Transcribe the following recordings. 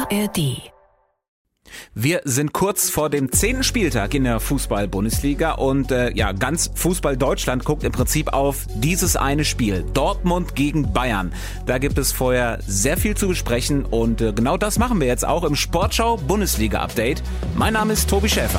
ARD. Wir sind kurz vor dem 10. Spieltag in der Fußball-Bundesliga und ganz Fußball-Deutschland guckt im Prinzip auf dieses eine Spiel. Dortmund gegen Bayern. Da gibt es vorher sehr viel zu besprechen und genau das machen wir jetzt auch im Sportschau-Bundesliga-Update. Mein Name ist Tobi Schäfer.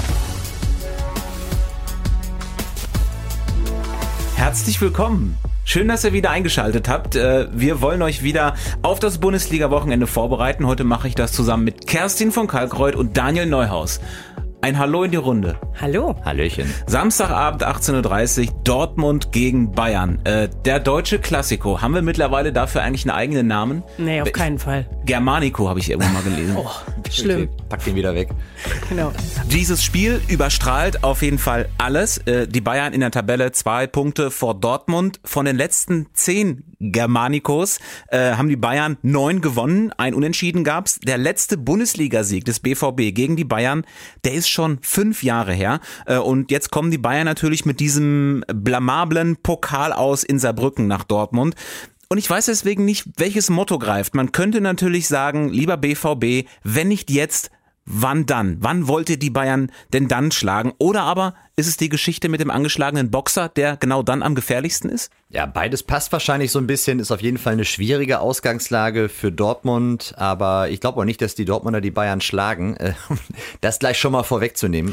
Herzlich willkommen. Schön, dass ihr wieder eingeschaltet habt. Wir wollen euch wieder auf das Bundesliga-Wochenende vorbereiten. Heute mache ich das zusammen mit Kerstin von Kalkreuth und Daniel Neuhaus. Ein Hallo in die Runde. Hallo. Hallöchen. Samstagabend 18.30 Uhr, Dortmund gegen Bayern. Der deutsche Klassiko. Haben wir mittlerweile dafür eigentlich einen eigenen Namen? Nee, auf keinen Fall. Germanico habe ich irgendwann mal gelesen. Oh, schlimm. Pack den wieder weg. Genau. Dieses Spiel überstrahlt auf jeden Fall alles. Die Bayern in der Tabelle 2 Punkte vor Dortmund. Von den letzten 10 Germanicos haben die Bayern 9 gewonnen. Ein Unentschieden gab's. Der letzte Bundesligasieg des BVB gegen die Bayern, der ist schon 5 Jahre her. Und jetzt kommen die Bayern natürlich mit diesem blamablen Pokal aus in Saarbrücken nach Dortmund. Und ich weiß deswegen nicht, welches Motto greift. Man könnte natürlich sagen, lieber BVB, wenn nicht jetzt, wann dann? Wann wollt ihr die Bayern denn dann schlagen? Oder aber ist es die Geschichte mit dem angeschlagenen Boxer, der genau dann am gefährlichsten ist? Ja, beides passt wahrscheinlich so ein bisschen, ist auf jeden Fall eine schwierige Ausgangslage für Dortmund, aber ich glaube auch nicht, dass die Dortmunder die Bayern schlagen. Das gleich schon mal vorwegzunehmen.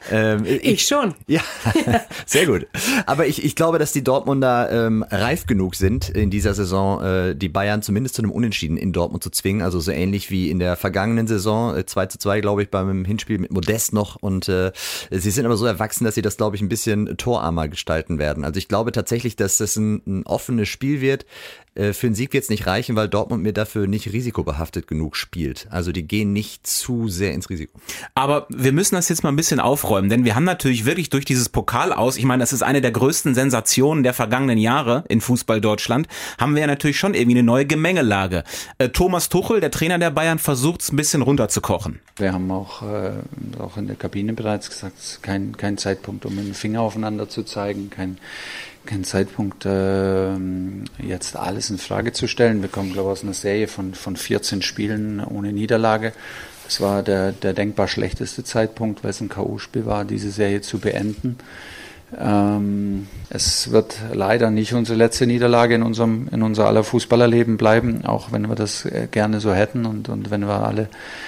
Ich schon. Ja, sehr gut. Aber ich glaube, dass die Dortmunder reif genug sind, in dieser Saison die Bayern zumindest zu einem Unentschieden in Dortmund zu zwingen. Also so ähnlich wie in der vergangenen Saison, 2:2, glaube ich, beim Hinspiel mit Modest noch. Und sie sind aber so erwachsen, dass sie das, glaube ich, ein bisschen torarmer gestalten werden. Also ich glaube tatsächlich, dass das ein offenes Spiel wird. Für einen Sieg wird es nicht reichen, weil Dortmund mir dafür nicht risikobehaftet genug spielt. Also die gehen nicht zu sehr ins Risiko. Aber wir müssen das jetzt mal ein bisschen aufräumen, denn wir haben natürlich wirklich durch dieses Pokal aus, ich meine, das ist eine der größten Sensationen der vergangenen Jahre in Fußball Deutschland, haben wir ja natürlich schon irgendwie eine neue Gemengelage. Thomas Tuchel, der Trainer der Bayern, versucht es ein bisschen runterzukochen. Wir haben auch in der Kabine bereits gesagt, kein Zeitpunkt, um mit dem Finger aufeinander zu zeigen, kein Zeitpunkt, jetzt alles in Frage zu stellen. Wir kommen, glaube ich, aus einer Serie von 14 Spielen ohne Niederlage. Das war der denkbar schlechteste Zeitpunkt, weil es ein K.O.-Spiel war, diese Serie zu beenden. Es wird leider nicht unsere letzte Niederlage in unser aller Fußballerleben bleiben, auch wenn wir das gerne so hätten und wenn wir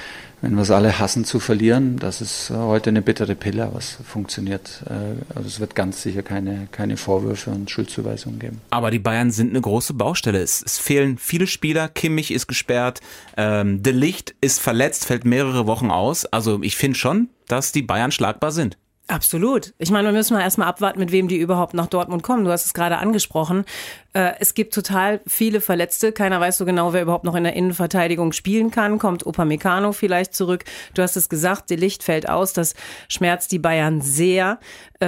es alle hassen zu verlieren. Das ist heute eine bittere Pille, aber es funktioniert. Also es wird ganz sicher keine Vorwürfe und Schuldzuweisungen geben. Aber die Bayern sind eine große Baustelle. Es fehlen viele Spieler. Kimmich ist gesperrt. De Ligt ist verletzt, fällt mehrere Wochen aus. Also ich finde schon, dass die Bayern schlagbar sind. Absolut. Ich meine, wir müssen mal erstmal abwarten, mit wem die überhaupt nach Dortmund kommen. Du hast es gerade angesprochen. Es gibt total viele Verletzte. Keiner weiß so genau, wer überhaupt noch in der Innenverteidigung spielen kann. Kommt Upamecano vielleicht zurück? Du hast es gesagt, De Ligt fällt aus. Das schmerzt die Bayern sehr.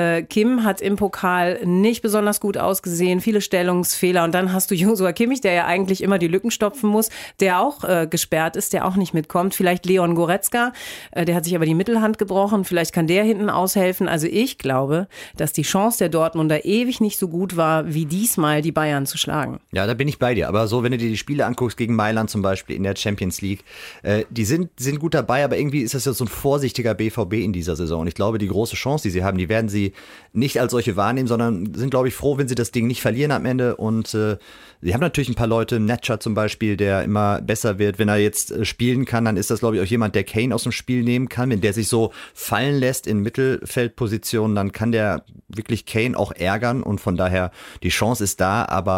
Kim hat im Pokal nicht besonders gut ausgesehen. Viele Stellungsfehler. Und dann hast du Joshua Kimmich, der ja eigentlich immer die Lücken stopfen muss, der auch gesperrt ist, der auch nicht mitkommt. Vielleicht Leon Goretzka. Der hat sich aber die Mittelhand gebrochen. Vielleicht kann der hinten aushelfen. Also ich glaube, dass die Chance der Dortmunder ewig nicht so gut war, wie diesmal die Bayern zu schlagen. Ja, da bin ich bei dir. Aber so, wenn du dir die Spiele anguckst gegen Mailand zum Beispiel in der Champions League, die sind gut dabei, aber irgendwie ist das ja so ein vorsichtiger BVB in dieser Saison. Und ich glaube, die große Chance, die sie haben, die werden sie nicht als solche wahrnehmen, sondern sind, glaube ich, froh, wenn sie das Ding nicht verlieren am Ende. Und sie haben natürlich ein paar Leute, Netscher zum Beispiel, der immer besser wird. Wenn er jetzt spielen kann, dann ist das, glaube ich, auch jemand, der Kane aus dem Spiel nehmen kann. Wenn der sich so fallen lässt in Mittelfeldpositionen, dann kann der wirklich Kane auch ärgern. Und von daher, die Chance ist da, aber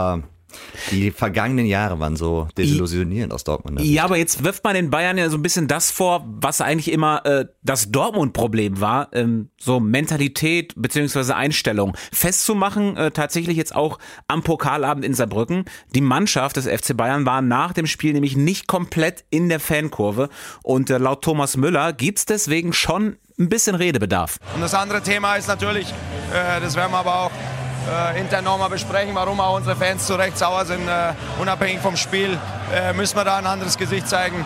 die vergangenen Jahre waren so desillusionierend aus Dortmund. Ja, aber jetzt wirft man den Bayern ja so ein bisschen das vor, was eigentlich immer das Dortmund-Problem war, so Mentalität bzw. Einstellung festzumachen, tatsächlich jetzt auch am Pokalabend in Saarbrücken. Die Mannschaft des FC Bayern war nach dem Spiel nämlich nicht komplett in der Fankurve und laut Thomas Müller gibt's deswegen schon ein bisschen Redebedarf. Und das andere Thema ist natürlich, das werden wir aber auch intern nochmal besprechen, warum auch unsere Fans zu Recht sauer sind. Unabhängig vom Spiel müssen wir da ein anderes Gesicht zeigen,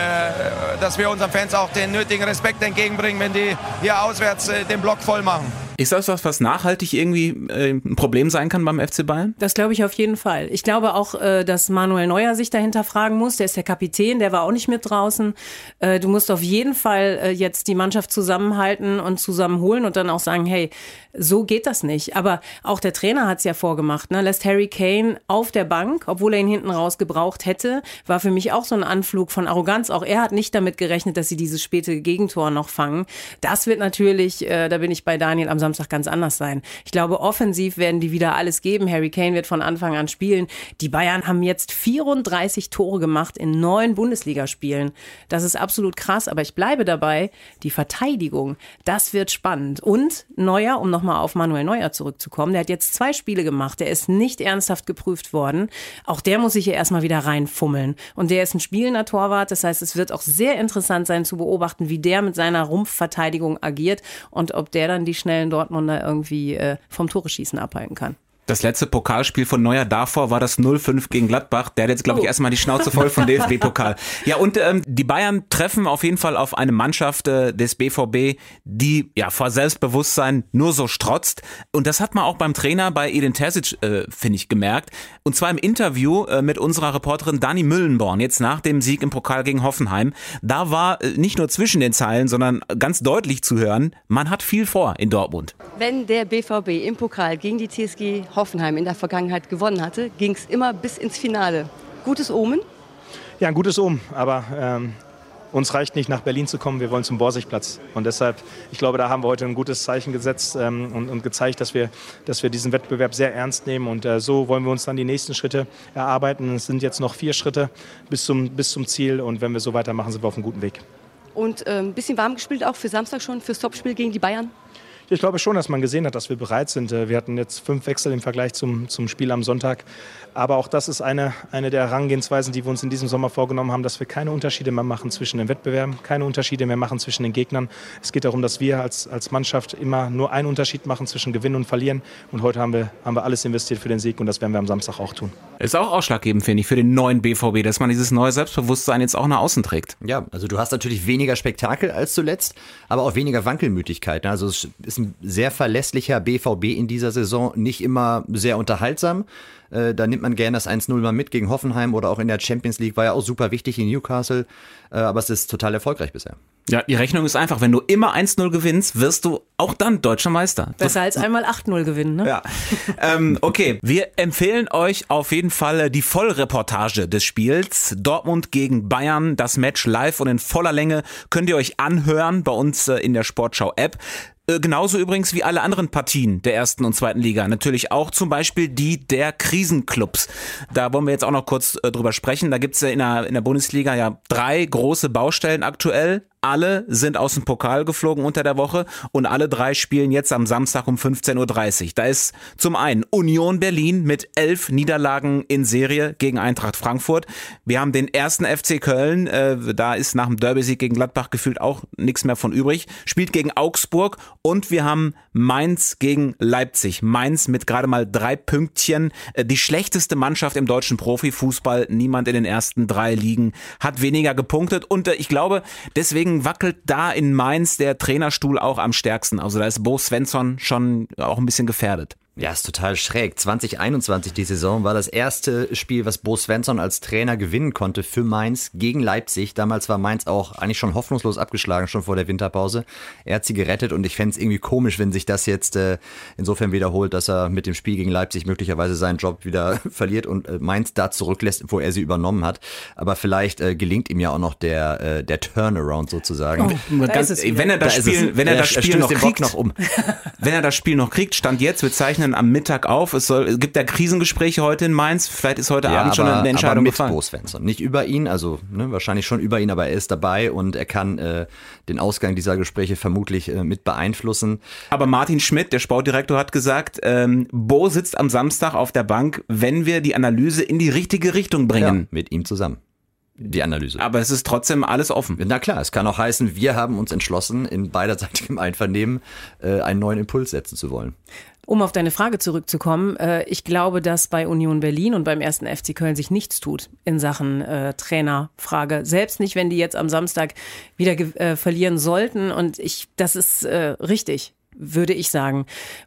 dass wir unseren Fans auch den nötigen Respekt entgegenbringen, wenn die hier auswärts den Block voll machen. Ist das was nachhaltig irgendwie ein Problem sein kann beim FC Bayern? Das glaube ich auf jeden Fall. Ich glaube auch, dass Manuel Neuer sich dahinter fragen muss. Der ist der Kapitän, der war auch nicht mit draußen. Du musst auf jeden Fall jetzt die Mannschaft zusammenhalten und zusammenholen und dann auch sagen, hey, so geht das nicht. Aber auch der Trainer hat es ja vorgemacht, ne? Lässt Harry Kane auf der Bank, obwohl er ihn hinten raus gebraucht hätte, war für mich auch so ein Anflug von Arroganz. Auch er hat nicht damit gerechnet, dass sie dieses späte Gegentor noch fangen. Das wird natürlich, da bin ich bei Daniel, am Samstag ganz anders sein. Ich glaube, offensiv werden die wieder alles geben. Harry Kane wird von Anfang an spielen. Die Bayern haben jetzt 34 Tore gemacht in 9 Bundesligaspielen. Das ist absolut krass, aber ich bleibe dabei, die Verteidigung, das wird spannend. Und Neuer, um nochmal auf Manuel Neuer zurückzukommen, der hat jetzt 2 Spiele gemacht, der ist nicht ernsthaft geprüft worden. Auch der muss sich hier erstmal wieder reinfummeln. Und der ist ein spielender Torwart, das heißt, es wird auch sehr interessant sein zu beobachten, wie der mit seiner Rumpfverteidigung agiert und ob der dann die schnellen Dortmunder irgendwie vom Tore-Schießen abhalten kann. Das letzte Pokalspiel von Neuer davor war das 0-5 gegen Gladbach. Der hat jetzt, glaube ich, erstmal die Schnauze voll von DFB-Pokal. Ja, und die Bayern treffen auf jeden Fall auf eine Mannschaft des BVB, die ja vor Selbstbewusstsein nur so strotzt. Und das hat man auch beim Trainer bei Edin Terzic, finde ich, gemerkt. Und zwar im Interview mit unserer Reporterin Dani Müllenborn, jetzt nach dem Sieg im Pokal gegen Hoffenheim. Da war nicht nur zwischen den Zeilen, sondern ganz deutlich zu hören, man hat viel vor in Dortmund. Wenn der BVB im Pokal gegen die TSG Hoffenheim in der Vergangenheit gewonnen hatte, ging es immer bis ins Finale. Gutes Omen? Ja, ein gutes Omen, aber uns reicht nicht, nach Berlin zu kommen, wir wollen zum Borsigplatz. Und deshalb, ich glaube, da haben wir heute ein gutes Zeichen gesetzt und gezeigt, dass wir diesen Wettbewerb sehr ernst nehmen. Und so wollen wir uns dann die nächsten Schritte erarbeiten. Es sind jetzt noch 4 Schritte bis zum Ziel und wenn wir so weitermachen, sind wir auf einem guten Weg. Und ein bisschen warm gespielt auch für Samstag schon, fürs Topspiel gegen die Bayern? Ich glaube schon, dass man gesehen hat, dass wir bereit sind. Wir hatten jetzt 5 Wechsel im Vergleich zum Spiel am Sonntag. Aber auch das ist eine der Herangehensweisen, die wir uns in diesem Sommer vorgenommen haben, dass wir keine Unterschiede mehr machen zwischen den Wettbewerben, keine Unterschiede mehr machen zwischen den Gegnern. Es geht darum, dass wir als Mannschaft immer nur einen Unterschied machen zwischen Gewinnen und Verlieren. Und heute haben wir alles investiert für den Sieg und das werden wir am Samstag auch tun. Ist auch ausschlaggebend, finde ich, für den neuen BVB, dass man dieses neue Selbstbewusstsein jetzt auch nach außen trägt. Ja, also du hast natürlich weniger Spektakel als zuletzt, aber auch weniger Wankelmütigkeit. Also es ist ein sehr verlässlicher BVB in dieser Saison, nicht immer sehr unterhaltsam. Da nimmt man gerne das 1-0 mal mit gegen Hoffenheim oder auch in der Champions League, war ja auch super wichtig in Newcastle, aber es ist total erfolgreich bisher. Ja, die Rechnung ist einfach, wenn du immer 1-0 gewinnst, wirst du auch dann deutscher Meister. Besser als einmal 8-0 gewinnen, ne? Ja. Okay, wir empfehlen euch auf jeden Fall die Vollreportage des Spiels. Dortmund gegen Bayern, das Match live und in voller Länge könnt ihr euch anhören bei uns in der Sportschau-App. Genauso übrigens wie alle anderen Partien der 1. und 2. Liga. Natürlich auch zum Beispiel die der Krisenclubs. Da wollen wir jetzt auch noch kurz drüber sprechen. Da gibt's ja in der Bundesliga ja 3 große Baustellen aktuell. Alle sind aus dem Pokal geflogen unter der Woche und alle 3 spielen jetzt am Samstag um 15.30 Uhr. Da ist zum einen Union Berlin mit 11 Niederlagen in Serie gegen Eintracht Frankfurt. Wir haben den 1. FC Köln, da ist nach dem Derby-Sieg gegen Gladbach gefühlt auch nichts mehr von übrig. Spielt gegen Augsburg und wir haben Mainz gegen Leipzig. Mainz mit gerade mal 3 Pünktchen. Die schlechteste Mannschaft im deutschen Profifußball. Niemand in den ersten 3 Ligen hat weniger gepunktet und ich glaube, deswegen wackelt da in Mainz der Trainerstuhl auch am stärksten. Also da ist Bo Svensson schon auch ein bisschen gefährdet. Ja, ist total schräg. 2021, die Saison, war das erste Spiel, was Bo Svensson als Trainer gewinnen konnte für Mainz gegen Leipzig. Damals war Mainz auch eigentlich schon hoffnungslos abgeschlagen, schon vor der Winterpause. Er hat sie gerettet und ich fände es irgendwie komisch, wenn sich das jetzt insofern wiederholt, dass er mit dem Spiel gegen Leipzig möglicherweise seinen Job wieder verliert und Mainz da zurücklässt, wo er sie übernommen hat. Aber vielleicht gelingt ihm ja auch noch der Turnaround sozusagen. Oh, wenn er das Spiel noch kriegt, Stand jetzt, wir zeichnen am Mittag auf. Es gibt ja Krisengespräche heute in Mainz. Vielleicht ist heute Abend schon eine Entscheidung gefallen. Bo Svensson. Nicht über ihn, also wahrscheinlich schon über ihn, aber er ist dabei und er kann den Ausgang dieser Gespräche vermutlich mit beeinflussen. Aber Martin Schmidt, der Sportdirektor, hat gesagt, Bo sitzt am Samstag auf der Bank, wenn wir die Analyse in die richtige Richtung bringen. Ja, mit ihm zusammen. Die Analyse. Aber es ist trotzdem alles offen. Na klar, es kann auch heißen, wir haben uns entschlossen, in beiderseitigem Einvernehmen einen neuen Impuls setzen zu wollen. Um auf deine Frage zurückzukommen, ich glaube, dass bei Union Berlin und beim 1. FC Köln sich nichts tut in Sachen Trainerfrage. Selbst nicht, wenn die jetzt am Samstag wieder verlieren sollten. Und das ist richtig. würde ich sagen,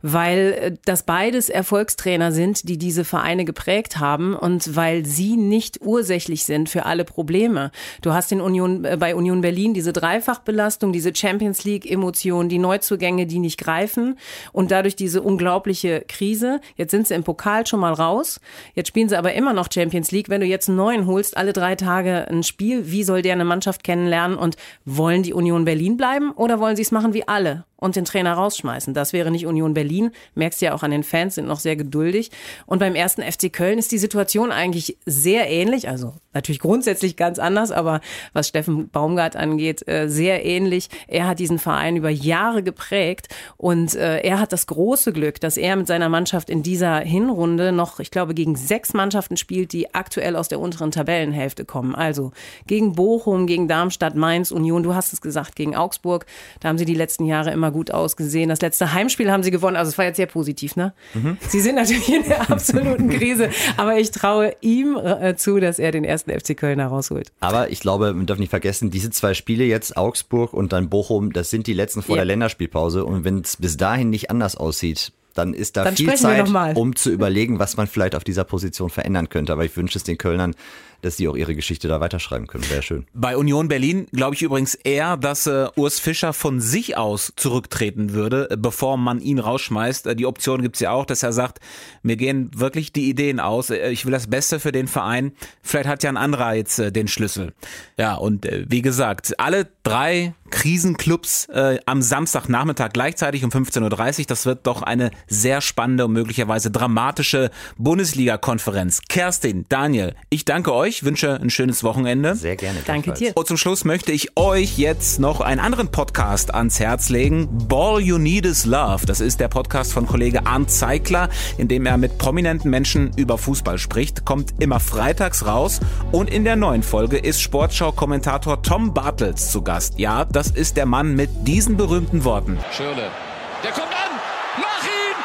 weil das beides Erfolgstrainer sind, die diese Vereine geprägt haben und weil sie nicht ursächlich sind für alle Probleme. Du hast bei Union Berlin diese Dreifachbelastung, diese Champions League-Emotionen, die Neuzugänge, die nicht greifen und dadurch diese unglaubliche Krise. Jetzt sind sie im Pokal schon mal raus, jetzt spielen sie aber immer noch Champions League. Wenn du jetzt einen neuen holst, alle 3 Tage ein Spiel, wie soll der eine Mannschaft kennenlernen und wollen die Union Berlin bleiben oder wollen sie es machen wie alle und den Trainer rausschmeißen? Das wäre nicht Union Berlin. Merkst du ja auch an den Fans, sind noch sehr geduldig. Und beim 1. FC Köln ist die Situation eigentlich sehr ähnlich. Also natürlich grundsätzlich ganz anders, aber was Steffen Baumgart angeht, sehr ähnlich. Er hat diesen Verein über Jahre geprägt und er hat das große Glück, dass er mit seiner Mannschaft in dieser Hinrunde noch, ich glaube, gegen 6 Mannschaften spielt, die aktuell aus der unteren Tabellenhälfte kommen. Also gegen Bochum, gegen Darmstadt, Mainz, Union, du hast es gesagt, gegen Augsburg. Da haben sie die letzten Jahre immer gut ausgesehen. Das letzte Heimspiel haben sie gewonnen, also es war jetzt sehr positiv, ne? Mhm. Sie sind natürlich in der absoluten Krise, aber ich traue ihm zu, dass er den 1. FC Köln rausholt. Aber ich glaube, man darf nicht vergessen, diese 2 Spiele jetzt, Augsburg und dann Bochum, das sind die letzten vor der Länderspielpause und wenn es bis dahin nicht anders aussieht, dann ist da viel Zeit, um zu überlegen, was man vielleicht auf dieser Position verändern könnte. Aber ich wünsche es den Kölnern, dass sie auch ihre Geschichte da weiterschreiben können. Wäre schön. Bei Union Berlin glaube ich übrigens eher, dass Urs Fischer von sich aus zurücktreten würde, bevor man ihn rausschmeißt. Die Option gibt's ja auch, dass er sagt, mir gehen wirklich die Ideen aus. Ich will das Beste für den Verein. Vielleicht hat ja ein anderer jetzt den Schlüssel. Ja, und wie gesagt, alle 3 Krisenclubs am Samstagnachmittag gleichzeitig um 15.30 Uhr. Das wird doch eine sehr spannende und möglicherweise dramatische Bundesliga-Konferenz. Kerstin, Daniel, ich danke euch, wünsche ein schönes Wochenende. Sehr gerne. Danke dir. Und zum Schluss möchte ich euch jetzt noch einen anderen Podcast ans Herz legen. Ball You Need Is Love. Das ist der Podcast von Kollege Arndt Zeigler, in dem er mit prominenten Menschen über Fußball spricht. Kommt immer freitags raus. Und in der neuen Folge ist Sportschau-Kommentator Tom Bartels zu Gast. Ja, das ist der Mann mit diesen berühmten Worten. Schürrle, der kommt an! Mach ihn!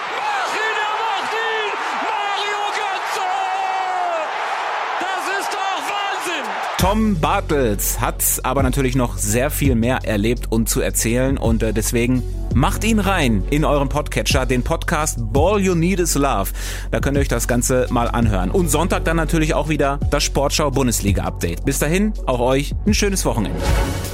Er macht ihn! Mario Götze! Das ist doch Wahnsinn! Tom Bartels hat aber natürlich noch sehr viel mehr erlebt und zu erzählen und deswegen macht ihn rein in euren Podcatcher, den Podcast Ball You Need Is Love. Da könnt ihr euch das Ganze mal anhören. Und Sonntag dann natürlich auch wieder das Sportschau Bundesliga Update. Bis dahin, auch euch ein schönes Wochenende.